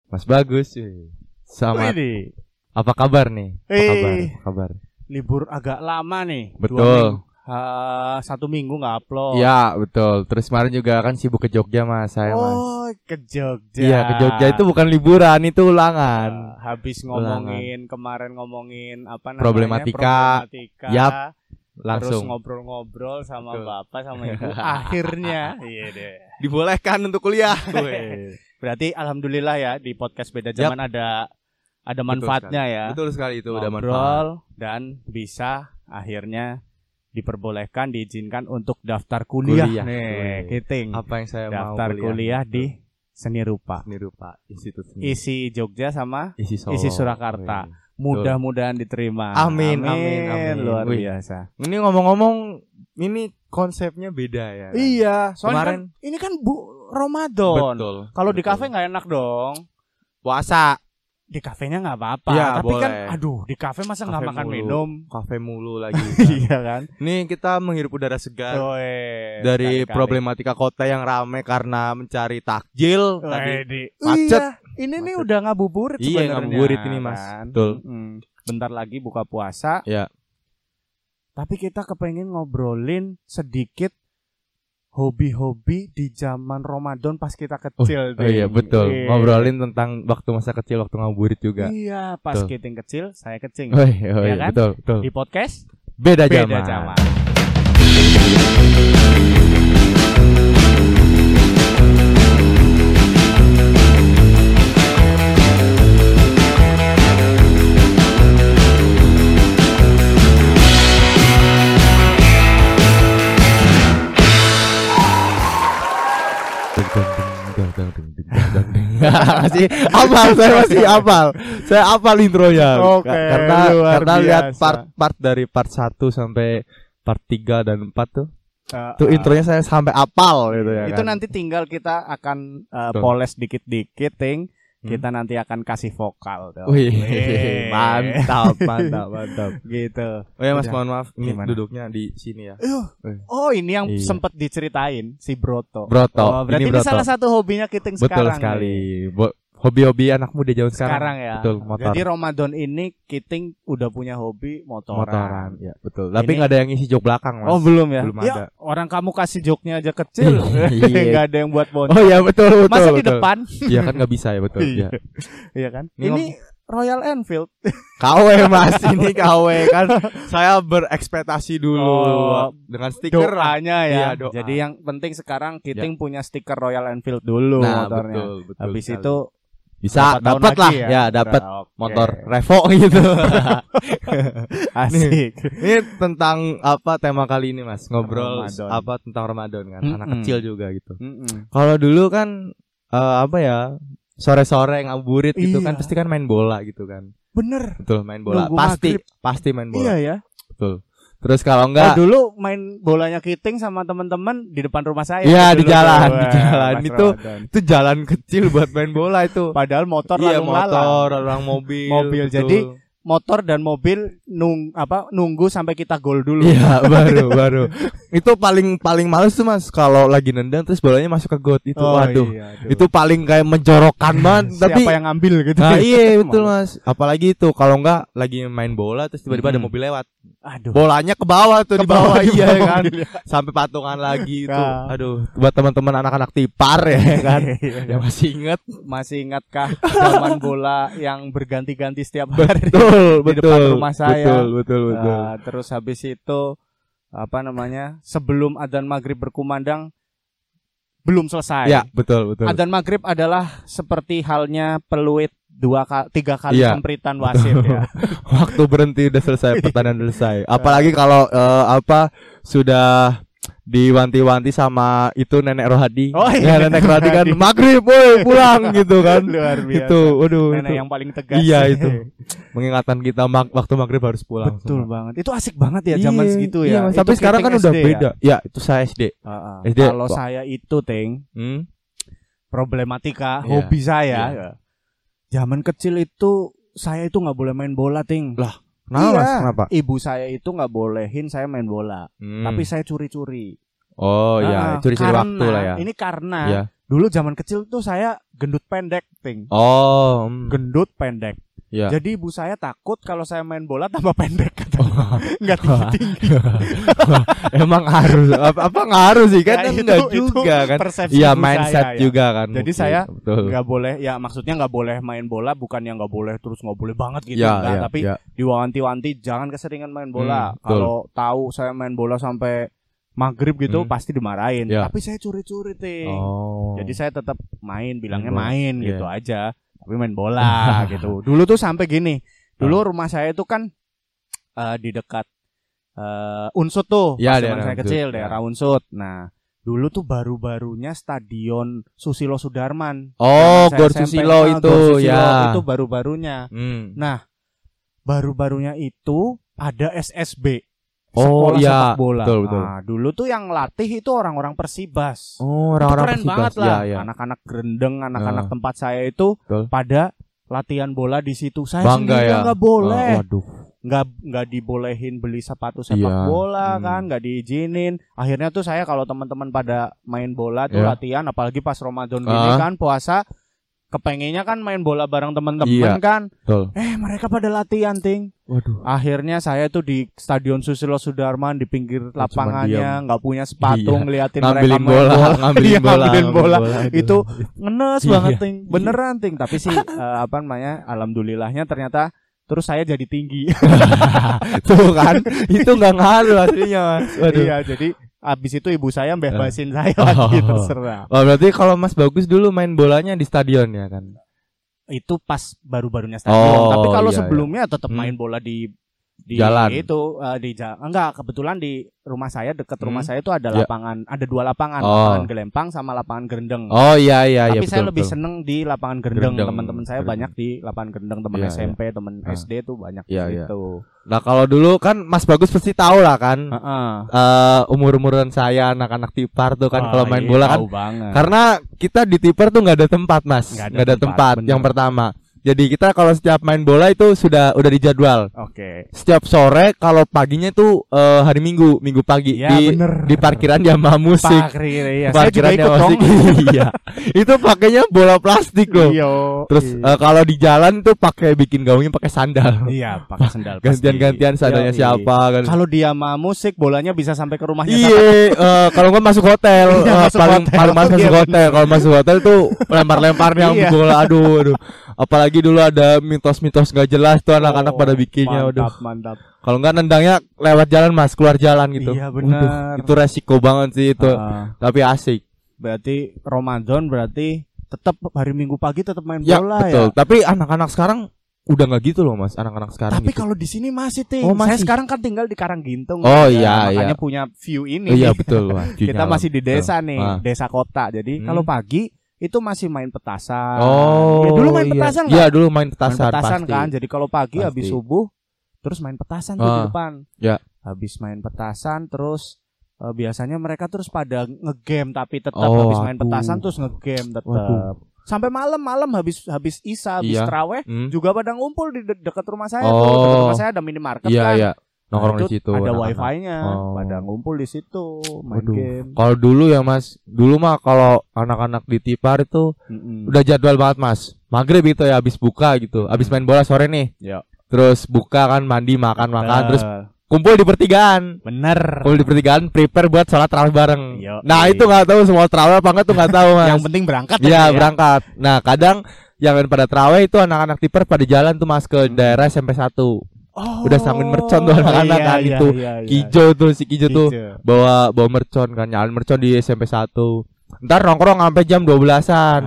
Mas Bagus. Selamat. Apa kabar nih? Apa kabar? Libur agak lama nih. Betul. 1 minggu nggak upload. Iya betul. Terus kemarin juga kan sibuk ke Jogja mas. Oh ke Jogja. Iya ke Jogja itu bukan liburan, itu ulangan. Habis ngomongin kemarin apa namanya problematika. Yap. Langsung Langsung ngobrol-ngobrol sama betul. Bapak sama Ibu. Akhirnya iya deh. Dibolehkan untuk kuliah. Berarti alhamdulillah ya di podcast Beda Zaman ada manfaatnya ya. Betul sekali itu udah manfaat. Ngobrol dan bisa akhirnya diizinkan untuk daftar kuliah. Nih, Kiting. Apa yang saya daftar mau kuliah di Seni Rupa. Institut Seni. Isi Jogja sama isi Surakarta. Mudah-mudahan diterima. Amin. Luar biasa. Ini ngomong-ngomong, ini konsepnya beda ya. Iya, soalnya kemarin kan, ini kan Ramadan. Betul. Kalau di kafe nggak enak dong. Puasa. Di kafenya nggak apa-apa. Ya, tapi boleh. kan, di kafe masa nggak makan minum. Kafe mulu lagi. Iya kan. Nih kita menghirup udara segar. Dari Sekali-kali. problematika kota yang ramai karena mencari takjil. Tadi macet. Iya, ini nih udah ngabuburit Iya, sebenarnya. ngabuburit ini mas. Kan? Betul. Bentar lagi buka puasa. Ya. Tapi kita kepengen ngobrolin sedikit hobi-hobi di zaman Ramadan pas kita kecil. Oh iya betul. Ngobrolin tentang waktu masa kecil, waktu ngabuburit juga. Iya, pas betul. Kiting kecil, saya kecing. Iya kan? betul. Di podcast Beda Zaman. Saya hafal intronya. Oke, karena lihat part dari part 1 sampai part 3 dan 4 tuh. Tuh intronya saya sampai hafal gitu ya. Itu kan? nanti tinggal kita akan poles dikit-dikit, Ting. Kita nanti akan kasih vokal. Wih, mantap. Gitu. Oh ya Mas, mohon maaf, ini Gimana? duduknya di sini ya. Oh, ini yang Iya. sempat diceritain si Broto. Broto. Berarti ini Broto. salah satu hobinya Kiting Betul sekarang. sekali. Hobi-hobi anak muda zaman sekarang. Ya. Betul, motor. Jadi Ramadan ini Kiting udah punya hobi motoran. Ya, betul. Tapi nggak ada yang ngisi jok belakang, Mas. Oh, belum ya? Belum Ya, ada. orang kamu kasih joknya aja kecil. Iya. Nggak ada yang buat bonus. Oh ya betul. Masa di depan? Iya kan nggak bisa ya betul. Iya. Iya kan? Ini Royal Enfield. KW Mas, ini KW kan. Saya berekspektasi dulu dengan stiker. Doanya ya. Iya, doa. Jadi yang penting sekarang Kiting punya stiker Royal Enfield dulu Nah, motornya. betul. Habis sekali. itu bisa dapat lah ya, dapat Oke. motor Revo gitu. Asik. Ini tentang apa tema kali ini Mas? Ngobrol Ramadan. apa tentang Ramadan kan, anak kecil juga gitu. Kalau dulu kan apa ya? Sore-sore ngabuburit gitu kan Iya. pasti kan main bola gitu kan. Bener. Betul, main bola. Nunggu Pasti main bola. Iya ya. Betul. Terus kalau enggak dulu main bolanya Kiting sama teman-teman di depan rumah saya. Iya, di Dulu jalan, tuh. di jalan. Pas Itu Ramadan. itu jalan kecil buat main bola itu. Padahal motor Iya, lalu lalang. motor, orang mobil. Mobil. Betul. Jadi motor dan mobil nunggu sampai kita gol dulu. Iya, baru. Itu paling males tuh Mas kalau lagi nendang terus bolanya masuk ke got itu. Waduh. Iya, Itu paling kayak menjorokkan banget. Tapi siapa yang ngambil gitu. nah, iya betul Mas. Apalagi itu kalau enggak lagi main bola terus tiba-tiba ada mobil lewat. Aduh. Bolanya ke bawah tuh, di bawah iya bawah kan. mobil. Sampai patungan lagi itu. Nah. Aduh, buat teman-teman anak-anak tipar ya kan. Yang masih ingat Masih ingatkah zaman bola yang berganti-ganti setiap hari betul, di depan rumah saya? Betul. Terus habis itu apa namanya? Sebelum adzan maghrib berkumandang belum selesai. Ya, betul. Adzan maghrib adalah seperti halnya peluit 3 kali Iya. sempritan wasit ya. Waktu berhenti udah selesai, pertandingan selesai. Apalagi kalau sudah diwanti-wanti sama itu nenek Rohadi. Oh iya, ya, nenek Rohadi kan maghrib, woi pulang gitu kan. Luar biasa. Itu, waduh. Nenek itu. yang paling tegas. Iya itu. Mengingatkan kita waktu maghrib harus pulang. Betul semua. banget. Itu asik banget ya zaman segitu Iya, ya. Mas, tapi Itu sekarang kan Kiting udah SD beda. Ya, itu saya SD. SD. Kalau saya itu problematika Iya. hobi saya. Iya. Ya. Zaman kecil itu saya itu nggak boleh main bola, Ting. Lah, kenapa, Mas? Kenapa? Ibu saya itu nggak bolehin saya main bola, tapi saya curi-curi. Oh iya, curi-curi waktu lah ya. Ini karena Iya. Dulu zaman kecil tuh saya gendut pendek, Ting. Oh, Gendut pendek. ya. Jadi ibu saya takut kalau saya main bola tambah pendek katanya. Enggak tinggi-tinggi. Emang harus apa ngaruh sih kan? Ya, Enggak itu juga kan. persepsi Iya, ibu mindset saya, ya. juga kan. Jadi mungkin. saya Betul. nggak boleh, ya maksudnya nggak boleh main bola, bukan yang nggak boleh terus nggak boleh banget gitu, Ya, enggak, ya, tapi ya. diwanti-wanti jangan keseringan main bola. Betul. Kalau tahu saya main bola sampai maghrib gitu pasti dimarahin. Ya. Tapi saya curi-curi, Ting. Oh. Jadi saya tetap main, bilangnya Main bola. main gitu Iya. aja. Tapi main bola gitu. Dulu tuh sampai gini. Dulu rumah saya itu kan di dekat Unsut tuh, Ya, pas zaman daerah saya Unsut, kecil, ya. daerah Unsut. Nah, dulu tuh baru-barunya Stadion Susilo Sudarman. Oh, Zaman saya Gor SMP, Susilo itu, Gor Susilo ya. itu baru-barunya. Nah, baru-barunya itu ada SSB. Oh, Sekolah iya. sepak bola. Betul, betul. Nah, dulu tuh yang latih itu orang-orang Persibas. Oh, Itu orang-orang keren Persibas. banget lah. Ya, ya. Anak-anak Grendeng, anak-anak Ah. tempat saya itu Betul. pada latihan bola di situ. Saya Bangga sendiri ya. nggak boleh. Waduh. Nggak dibolehin beli sepatu sepak Iya. bola kan, nggak diizinin. Akhirnya tuh saya kalau teman-teman pada main bola tuh Iya. latihan, apalagi pas Ramadan gini kan puasa, kepengennya kan main bola bareng teman-teman Iya. kan. Betul. Mereka pada latihan, Ting. Waduh. Akhirnya saya tuh di Stadion Susilo Sudarman di pinggir Cuma lapangannya, nggak punya sepatu, Iya. ngeliatin Ngambilin mereka main bola, bola. ngambilin Iya, bola, ngambilin bola. Aduh. Itu ngenes Iya. banget, Ting. Beneran, Ting. Tapi sih apa namanya? Alhamdulillahnya ternyata terus saya jadi tinggi. Tuh kan, itu nggak ngaruh aslinya, Mas. Waduh. Iya, jadi abis itu ibu saya bebasin saya Oh. lagi, terserah. Oh, berarti kalau Mas Bagus dulu main bolanya di stadion ya kan? Itu pas baru-barunya stadion. Oh, Tapi kalau iya, sebelumnya tetap main bola di Jalan. itu di jalan. Enggak, kebetulan di rumah saya, dekat rumah saya itu ada Ya. lapangan, ada 2 lapangan, Oh. lapangan Gelempang sama lapangan Gerendeng. Oh iya iya Tapi iya. saya betul, lebih betul. seneng di lapangan Gerendeng. Gerendeng. Teman-teman saya Gerendeng. banyak di lapangan Gerendeng, teman Iya, SMP, teman SD tuh banyak Iya, di iya. situ. Nah kalau dulu kan Mas Bagus pasti tahu lah kan, Heeh. umur-umuran saya anak-anak Tipar tuh kan kalau main bola kan, tahu banget. karena kita di Tipar tuh nggak ada tempat Mas, Nggak ada nggak ada tempat, tempat. bener. Yang pertama. Jadi kita kalau setiap main bola itu udah dijadwal. Oke. Setiap sore, kalau paginya tuh hari Minggu pagi Ya, di bener. di parkiran Yamaha Musik. Iya. Saya juga Parkiran ikut Yamaha dong. Musik. Iya. Itu pakainya bola plastik loh. Iya. Terus kalau di jalan tuh pakai bikin gaungnya pakai sandal. Iya, pakai sandal. pasti. Gantian-gantian sandalnya Yoi. siapa kan. Kalau dia mah musik, bolanya bisa sampai ke rumahnya. Iya, kalau nggak masuk hotel, Iya, masuk paling hotel. paling masuk Iya, hotel. Kalau masuk hotel tuh lempar-lemparnya Iya. bola, aduh. Apalagi dulu ada mitos-mitos nggak jelas tuh anak-anak pada bikinnya, aduh. Mantap. Kalau nggak nendangnya lewat jalan Mas, keluar jalan gitu. Iya, Waduh, benar. itu resiko banget sih itu. Tapi asik. Berarti Ramadan berarti tetap hari Minggu pagi tetap main Ya bola betul. ya. Tapi anak-anak sekarang udah nggak gitu loh Mas, anak-anak sekarang. Tapi gitu. kalau di sini masih, Ting. Oh, Saya masih. sekarang kan tinggal di Karanggintung. Oh, ya. iya, Makanya iya. punya view ini. Iya betul. Wah, Kita Junyalam. masih di desa nih, Ah. desa kota. Jadi kalau pagi itu masih main petasan. Oh, Ya, dulu main iya. petasan Iya, nggak? dulu main Main petasan, petasan pasti. kan. Jadi kalau pagi Pasti. habis subuh terus main petasan tuh di Ah, depan. ya. Habis main petasan terus biasanya mereka terus pada ngegame, tapi tetap Oh, habis main aduh. petasan terus ngegame tetap. Waduh. Sampai malam habis Isya, habis Iya. taraweh juga pada ngumpul di dekat rumah saya tuh. Oh. Dekat rumah saya ada minimarket Iya, kan. iya. Nongkrong Nah, di situ. ada anak-anak. wifi-nya, Oh. pada ngumpul di situ main Waduh. game. Kalau dulu ya Mas, dulu mah kalau anak-anak di Tipar itu udah jadwal banget Mas. Maghrib itu ya habis buka gitu, habis main bola sore nih. Ya. Terus buka kan, mandi, makan, terus Betul. kumpul di pertigaan. Bener. Kumpul di pertigaan, prepare buat sholat tarawih bareng. Yo, Nah iya. itu nggak tahu semua tarawih apa enggak tuh nggak tahu Mas. Yang penting berangkat Iya aja ya. berangkat. Nah kadang yang pada tarawih itu anak-anak Tipar pada jalan tuh Mas ke daerah SMP 1. Oh, Udah sambil mercon tuh anak-anak kan itu. Kijo tuh si Kijo tuh bawa mercon kan, nyalain mercon di SMP 1. Ntar nongkrong sampai jam 12-an.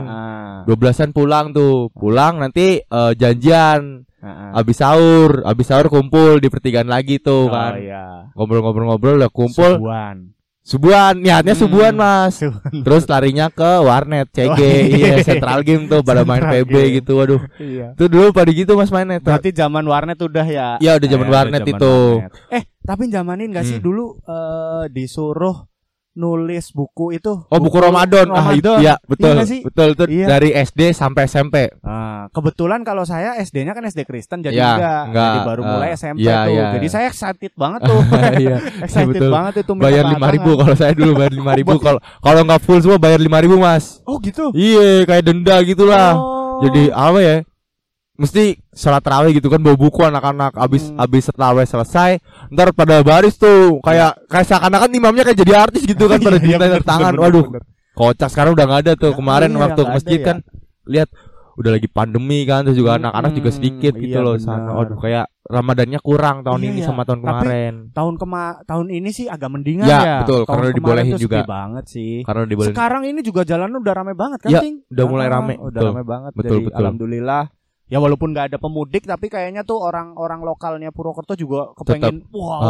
12-an pulang tuh. Pulang nanti janjian. Habis sahur kumpul di pertigaan lagi tuh kan. Iya. Ngobrol-ngobrol udah kumpul. Subuhan, niatnya subuhan Mas. Terus larinya ke warnet CG, iya Central Game tuh pada main Central PB Game. gitu. Waduh. Iya. Itu dulu pada gitu Mas mainnya. Berarti zaman warnet udah ya? Iya udah zaman warnet itu. Tapi zamanin gak sih dulu disuruh nulis buku itu. Oh, buku Ramadan. Iya, betul. Iya betul itu dari SD sampai SMP. Kebetulan kalau saya SD-nya kan SD Kristen jadi enggak. Jadi baru mulai SMP tuh. Jadi saya excited banget tuh. Excited banget itu bayar 5.000 kalau saya dulu bayar 5.000 kalau enggak full semua bayar 5.000, Mas. Oh, gitu. Iya, kayak denda gitulah. Jadi apa ya? Mesti sholat tarawih gitu kan, bawa buku anak-anak abis tarawih selesai, ntar pada baris tuh kayak seakan-akan imamnya kayak jadi artis gitu kan, pada ditanda tangan. Waduh, kocak. Sekarang udah nggak ada tuh. Kemarin waktu ke masjid kan lihat udah lagi pandemi kan, terus juga anak-anak juga sedikit gitu loh sana. Waduh, kayak Ramadannya kurang tahun ini sama tahun kemarin. Tahun ini sih agak mendingan ya. Betul, karena dibolehin juga. Banget sih. Karena dibolehin. Sekarang ini juga jalan udah rame banget kan, Ting? Udah mulai rame. Udah rame banget. Jadi alhamdulillah. Ya walaupun gak ada pemudik, tapi kayaknya tuh orang-orang lokalnya Purwokerto juga kepengen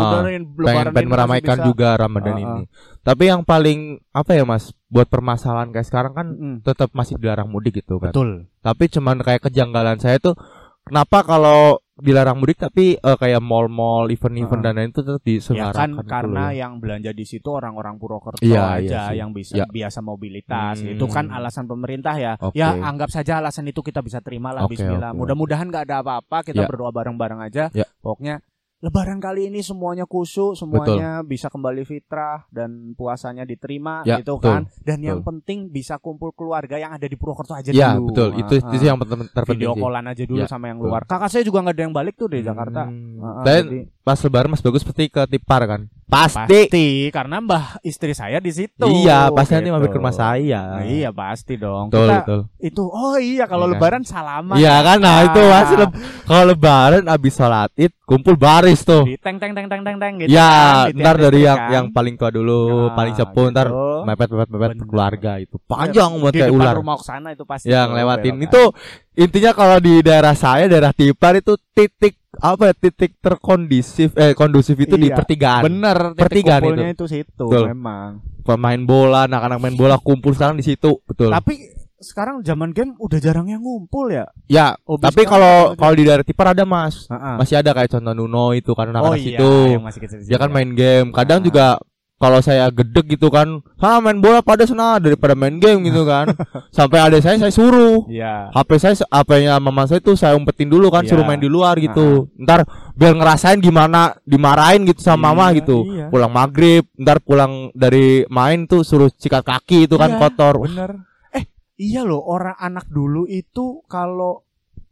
pengen meramaikan juga Ramadan ini. Tapi yang paling apa ya, Mas, buat permasalahan kayak sekarang kan tetap masih dilarang mudik gitu kan. Betul. Tapi cuman kayak kejanggalan saya tuh, kenapa kalau dilarang mudik tapi kayak mall-mall, event-event dan lain itu tetap diselenggarakan. Ya kan karena yang belanja di situ orang-orang Purwokerto aja yang bisa biasa mobilitas. Itu kan alasan pemerintah ya. Ya anggap saja alasan itu kita bisa terima lah. Bismillah. Mudah-mudahan gak ada apa-apa. Kita berdoa bareng-bareng aja. Pokoknya Lebaran kali ini semuanya khusyuk, semuanya bisa kembali fitrah dan puasanya diterima gitu kan. Dan yang penting bisa kumpul keluarga yang ada di Purwokerto aja dulu. Ya betul, itu yang terpenting. Video callan aja dulu sama yang luar. Kakak saya juga nggak ada yang balik tuh dari Jakarta. Dan pas Lebaran Mas Bagus pasti ke Tipar kan? Pasti karena mbah istri saya di situ. Iya, pasti nanti mampir ke rumah saya. Iya pasti dong. Betul. Itu kalau Lebaran salaman. Iya kan, nah itu pasti kalau Lebaran abis sholat Id kumpul baris tuh. Di teng gitu. Ya, ntar dari yang paling tua dulu, paling sepuh, ntar mepet keluarga itu. Panjang banget kayak ular. Di rumah sana itu pasti. Yang lewatin itu intinya kalau di daerah saya, daerah Tipar itu titik kondusif itu di pertigaan. Bener, pertigaan itu situ. Betul. Memang. Pemain bola, anak-anak main bola kumpul sekarang di situ, betul. Tapi sekarang zaman game udah jarang yang ngumpul ya. Ya, tapi kalau di daerah Tipar ada, Mas. Masih ada kayak contoh Nuno itu kan anak-anak situ. Dia kan main game. Kadang juga kalau saya gedeg gitu kan, main bola pada sana daripada main game gitu kan. Sampai ada saya suruh. HP-nya mama saya tuh saya umpetin dulu kan, suruh main di luar gitu. Ntar biar ngerasain gimana dimarahin gitu sama mama gitu. Pulang maghrib, ntar pulang dari main tuh suruh sikat kaki itu kan kotor. Bener. Iya loh, orang anak dulu itu kalau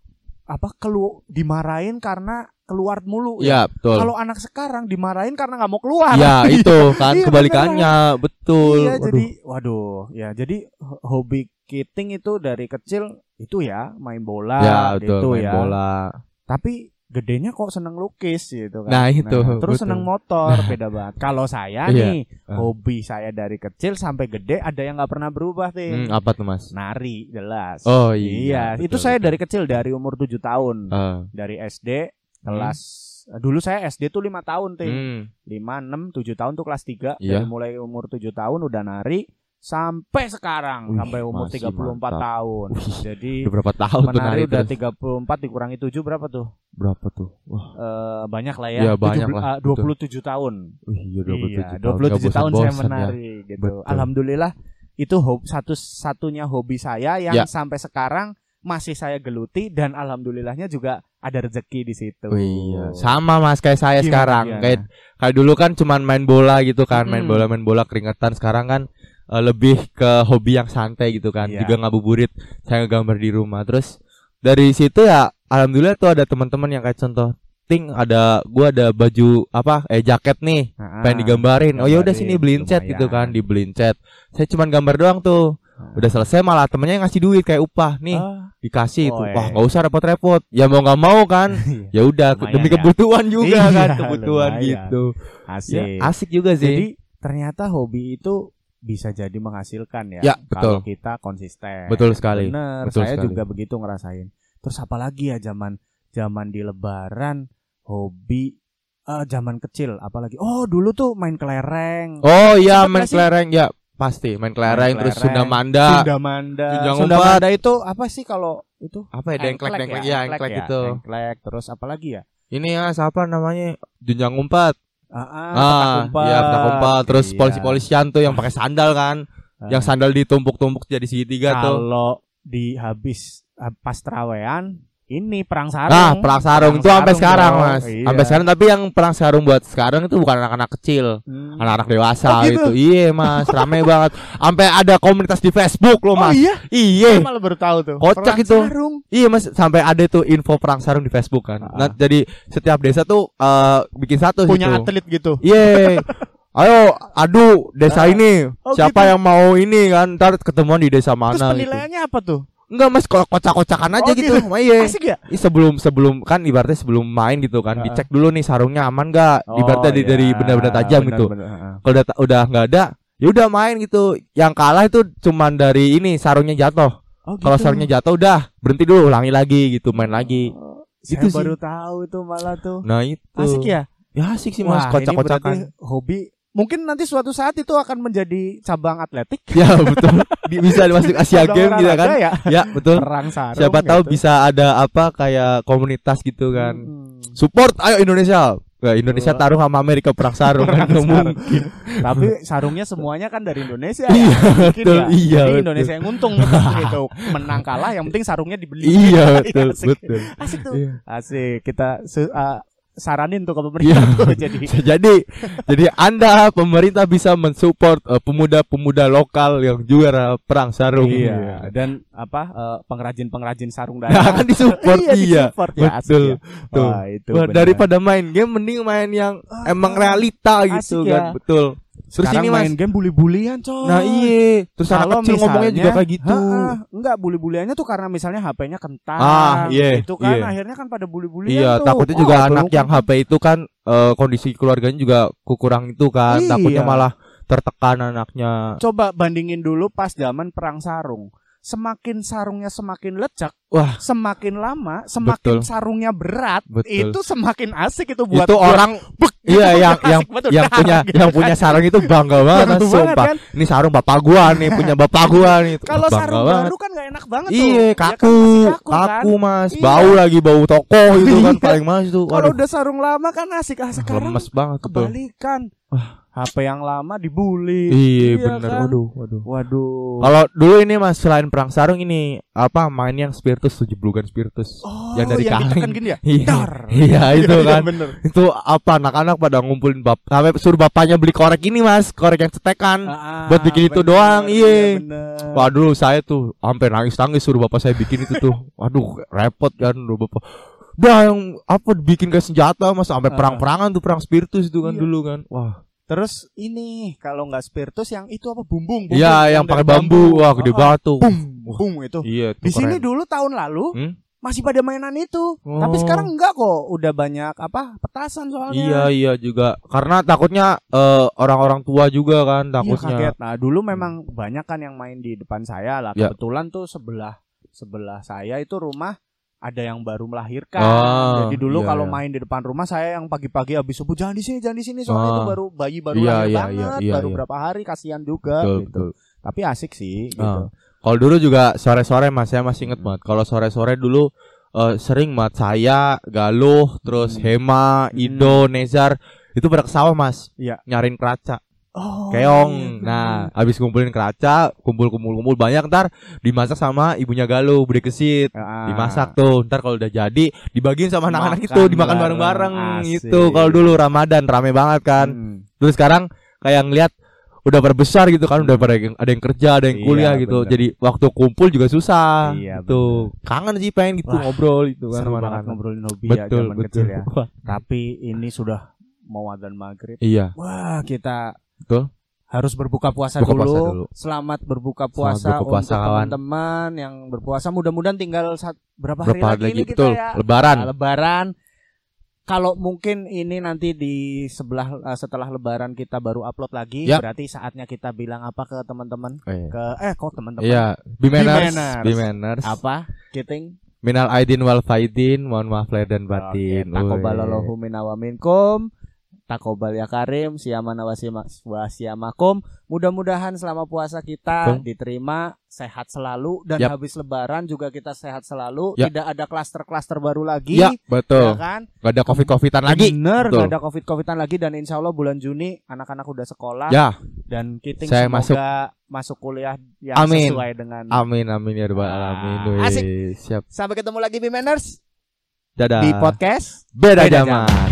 dimarahin karena keluar mulu. Ya, betul. Kalau anak sekarang dimarahin karena nggak mau keluar. Ya, itu kan kebalikannya, betul. Iya, jadi hobi Kiting itu dari kecil itu ya main bola, ya, betul, gitu main bola. Tapi gedenya kok seneng lukis gitu kan. Nah itu terus seneng motor, beda banget. Kalau saya nih hobi saya dari kecil sampai gede ada yang nggak pernah berubah nih. Apa tuh, Mas? Nari, jelas. Oh iya. Betul, itu saya dari kecil, dari umur 7 tahun. Dari SD kelas dulu saya SD tuh 5 tahun 5, 6, 7 tahun tuh kelas 3. Dari mulai umur 7 tahun udah nari sampai sekarang. Sampai umur 34 tahun. Jadi berapa tahun tuh nari? Udah 34 dikurangi 7 berapa tuh? Berapa tuh? Banyak lah ya. Banyak lah. 27 tahun. Iya, 27 tahun saya menari ya. gitu. Betul. Alhamdulillah itu satu-satunya hobi saya yang sampai sekarang masih saya geluti, dan alhamdulillahnya juga ada rezeki di situ. Iya. Sama, Mas, kayak saya sekarang. Kayak dulu kan cuman main bola gitu kan, main bola keringetan. Sekarang kan lebih ke hobi yang santai gitu kan. Juga ngabuburit, saya ngegambar di rumah. Terus dari situ ya alhamdulillah tuh ada teman-teman yang kayak contoh, Ting, gua ada baju jaket nih, pengen digambarin. Oh ya udah sini beliin cat gitu kan, dibeliin cat. Saya cuman gambar doang tuh. Udah selesai malah temennya ngasih duit kayak upah nih, dikasih tuh. Wah, nggak usah repot-repot. Ya mau nggak mau kan. Ya udah demi kebutuhan juga kan, kebutuhan gitu. Asik juga sih. Jadi ternyata hobi itu bisa jadi menghasilkan ya. Ya, betul. Kalau kita konsisten. Betul sekali. Bener, betul saya sekali. juga begitu ngerasain. Terus apalagi ya zaman di Lebaran hobi zaman kecil apalagi. Oh, dulu tuh main kelereng. Oh iya, main kelereng ya. Pasti main kelereng, terus Sunda Manda itu apa sih kalau itu? Apa ya? Engklek itu. Engklek, terus apa lagi ya? Ini ya, siapa namanya? Junjang Ngumpat. Iya, petak umpal. Terus polisi-polisian tuh yang pakai sandal kan. Yang sandal ditumpuk-tumpuk jadi segitiga tuh. Kalau di habis pas terawehan ini perang sarung. Perang sarung itu sampai sekarang, Mas. Sampai sekarang, tapi yang perang sarung buat sekarang itu bukan anak-anak kecil. Anak-anak dewasa gitu. Iya, Mas, rame banget. Sampai ada komunitas di Facebook loh, Mas. Iya. Malah baru tahu tuh. Kocak perang itu. Sarung. Iya, Mas, sampai ada tuh info perang sarung di Facebook kan. Nah, jadi setiap desa tuh bikin satu punya gitu. Atlet gitu. Iya. Ayo adu desa ini. Siapa gitu yang mau ini kan, ntar ketemuan di desa mana. Terus penilaiannya gitu. Apa tuh? Enggak, Mas, kocak-kocakan aja gitu. Iya. Asik ya? Sebelum kan ibaratnya sebelum main gitu kan, dicek dulu nih sarungnya aman enggak? Ibaratnya dari benda-benda tajam gitu. Kalau udah enggak ada, ya udah main gitu. Yang kalah itu cuman dari ini sarungnya jatuh. Gitu. Kalau sarungnya jatuh udah berhenti dulu, ulangi lagi gitu, main lagi. Saya itu baru sih. Tahu itu malah tuh. Nah, itu. Asik ya? Ya asik sih, Mas, kocak-kocakan. Hobi mungkin nanti suatu saat itu akan menjadi cabang atletik. Ya betul. Bisa masuk Asia Games gitu kan. Ya betul. Perang sarung. Siapa tahu bisa ada apa kayak komunitas gitu kan. Support ayo Indonesia. Indonesia taruh sama Amerika perang sarung kan mungkin. Tapi sarungnya semuanya kan dari Indonesia ya. Betul, ya. Iya. Jadi Indonesia yang untung gitu. Menang kalah yang penting sarungnya dibeli. Iya betul. Betul. Asik tuh. Asik kita saranin tuh ke pemerintah tuh jadi Anda pemerintah bisa mensupport pemuda-pemuda lokal yang juara perang sarung. Iya. Dan pengrajin-pengrajin sarung daerah kan disupport. Iya. Betul. Wah, itu daripada main game mending main yang emang realita gitu kan. Betul. Terus sekarang ini main game bully-bulian coy. Nah iya. Terus anak kecil ngomongnya juga kayak gitu. Enggak, bully-buliannya tuh karena misalnya HP-nya kentang. Itu kan akhirnya kan pada bully-bulian tuh. Takutnya juga anak yang HP itu kan kondisi keluarganya juga kurang itu kan. Takutnya malah tertekan anaknya. Coba bandingin dulu pas zaman perang sarung. Semakin sarungnya semakin lecek, semakin lama, semakin sarungnya berat, itu semakin asik itu buat itu orang. Iya, yang punya sarung itu bangga banget, sumpah. Kan? Ini sarung bapak gua nih, punya bapak gua nih. Kalau sarung baru kan gak enak banget tuh. Iya, kaku Mas. Bau lagi bau toko itu kan paling mas itu. Kalau udah sarung lama kan asik. Sekarang lemes banget kebalikan. HP yang lama dibully. Iya bener kan? Waduh. Kalau dulu ini Mas selain perang sarung ini main yang Spiritus 7 Blugan Spiritus yang dari kaleng gini ya? Iya itu kan. Itu anak-anak pada ngumpulin sampai suruh bapaknya beli korek ini Mas, korek yang cetekan buat bikin itu doang. Iya. Waduh saya tuh sampai nangis suruh bapak saya bikin itu tuh. Waduh repot kan bapak. Yang bikin kayak senjata Mas sampai perang-perangan tuh perang Spiritus itu kan dulu kan. Wah. Terus ini kalau nggak Spiritus yang itu bumbung. Iya, yang pakai bambu. Wah, gede banget tuh. Bum itu. Iya, di sini dulu tahun lalu masih pada mainan itu. Tapi sekarang enggak kok. Udah banyak petasan soalnya. Iya juga. Karena takutnya orang-orang tua juga kan takutnya. Iya, kaget. Nah, dulu memang banyak kan yang main di depan saya lah. Kebetulan tuh sebelah saya itu rumah ada yang baru melahirkan. Jadi dulu kalau main di depan rumah saya yang pagi-pagi habis subuh jangan di sini soalnya itu baru bayi baru lahir banget, baru berapa hari kasihan juga gitu. Tapi asik sih gitu. Kalau dulu juga sore-sore Mas, saya masih inget banget. Kalau sore-sore dulu sering banget saya, Galuh, terus Hema, Ido, Nezar itu pada ke sawah Mas. Nyariin keraca. Keong. Nah, habis ngumpulin keraca, kumpul banyak, ntar dimasak sama ibunya Galuh, Bude Kesit. Dimasak tuh. Ntar kalau udah jadi dibagiin sama anak-anak itu, dimakan bareng-bareng. Itu kalau dulu Ramadan rame banget kan. Terus sekarang kayak ngeliat udah berbesar gitu kan, udah pada ada yang kerja, ada yang kuliah gitu. Bener. Jadi waktu kumpul juga susah. Gitu. Kangen sih pengen gitu ngobrol gitu kan sama anak-anak. Ngobrolin hobi zaman kecil ya. Tapi ini sudah mau adzan maghrib. Wah, kita harus berbuka puasa dulu. Selamat berbuka puasa untuk teman-teman yang berpuasa. Mudah-mudahan tinggal berapa hari lagi ini kita ya. Lebaran. Kalau mungkin ini nanti setelah Lebaran kita baru upload lagi, berarti saatnya kita bilang apa ke teman-teman? Kok teman-teman? Iya, Bimanners. Apa? Kiting? Minal aidin wal faidin, mohon maaf lahir dan batin. Taqabbalallahu minna wa minkum. Takobal ya Karim, siyamana wasiyamakum. Mudah-mudahan selama puasa kita diterima, sehat selalu, dan habis lebaran juga kita sehat selalu, tidak ada klaster-klaster baru lagi. Ya, betul. Ya kan? Gak ada covid-covidan lagi. Bener, gak ada covid-covidan lagi, dan insya Allah bulan Juni anak-anak udah sekolah. Ya. Dan Kiting semoga masuk kuliah yang sesuai dengan. Amin ya rabbal alamin. Asik. Siap. Sampai ketemu lagi Bimanners. Dadah. Di podcast Beda Zaman.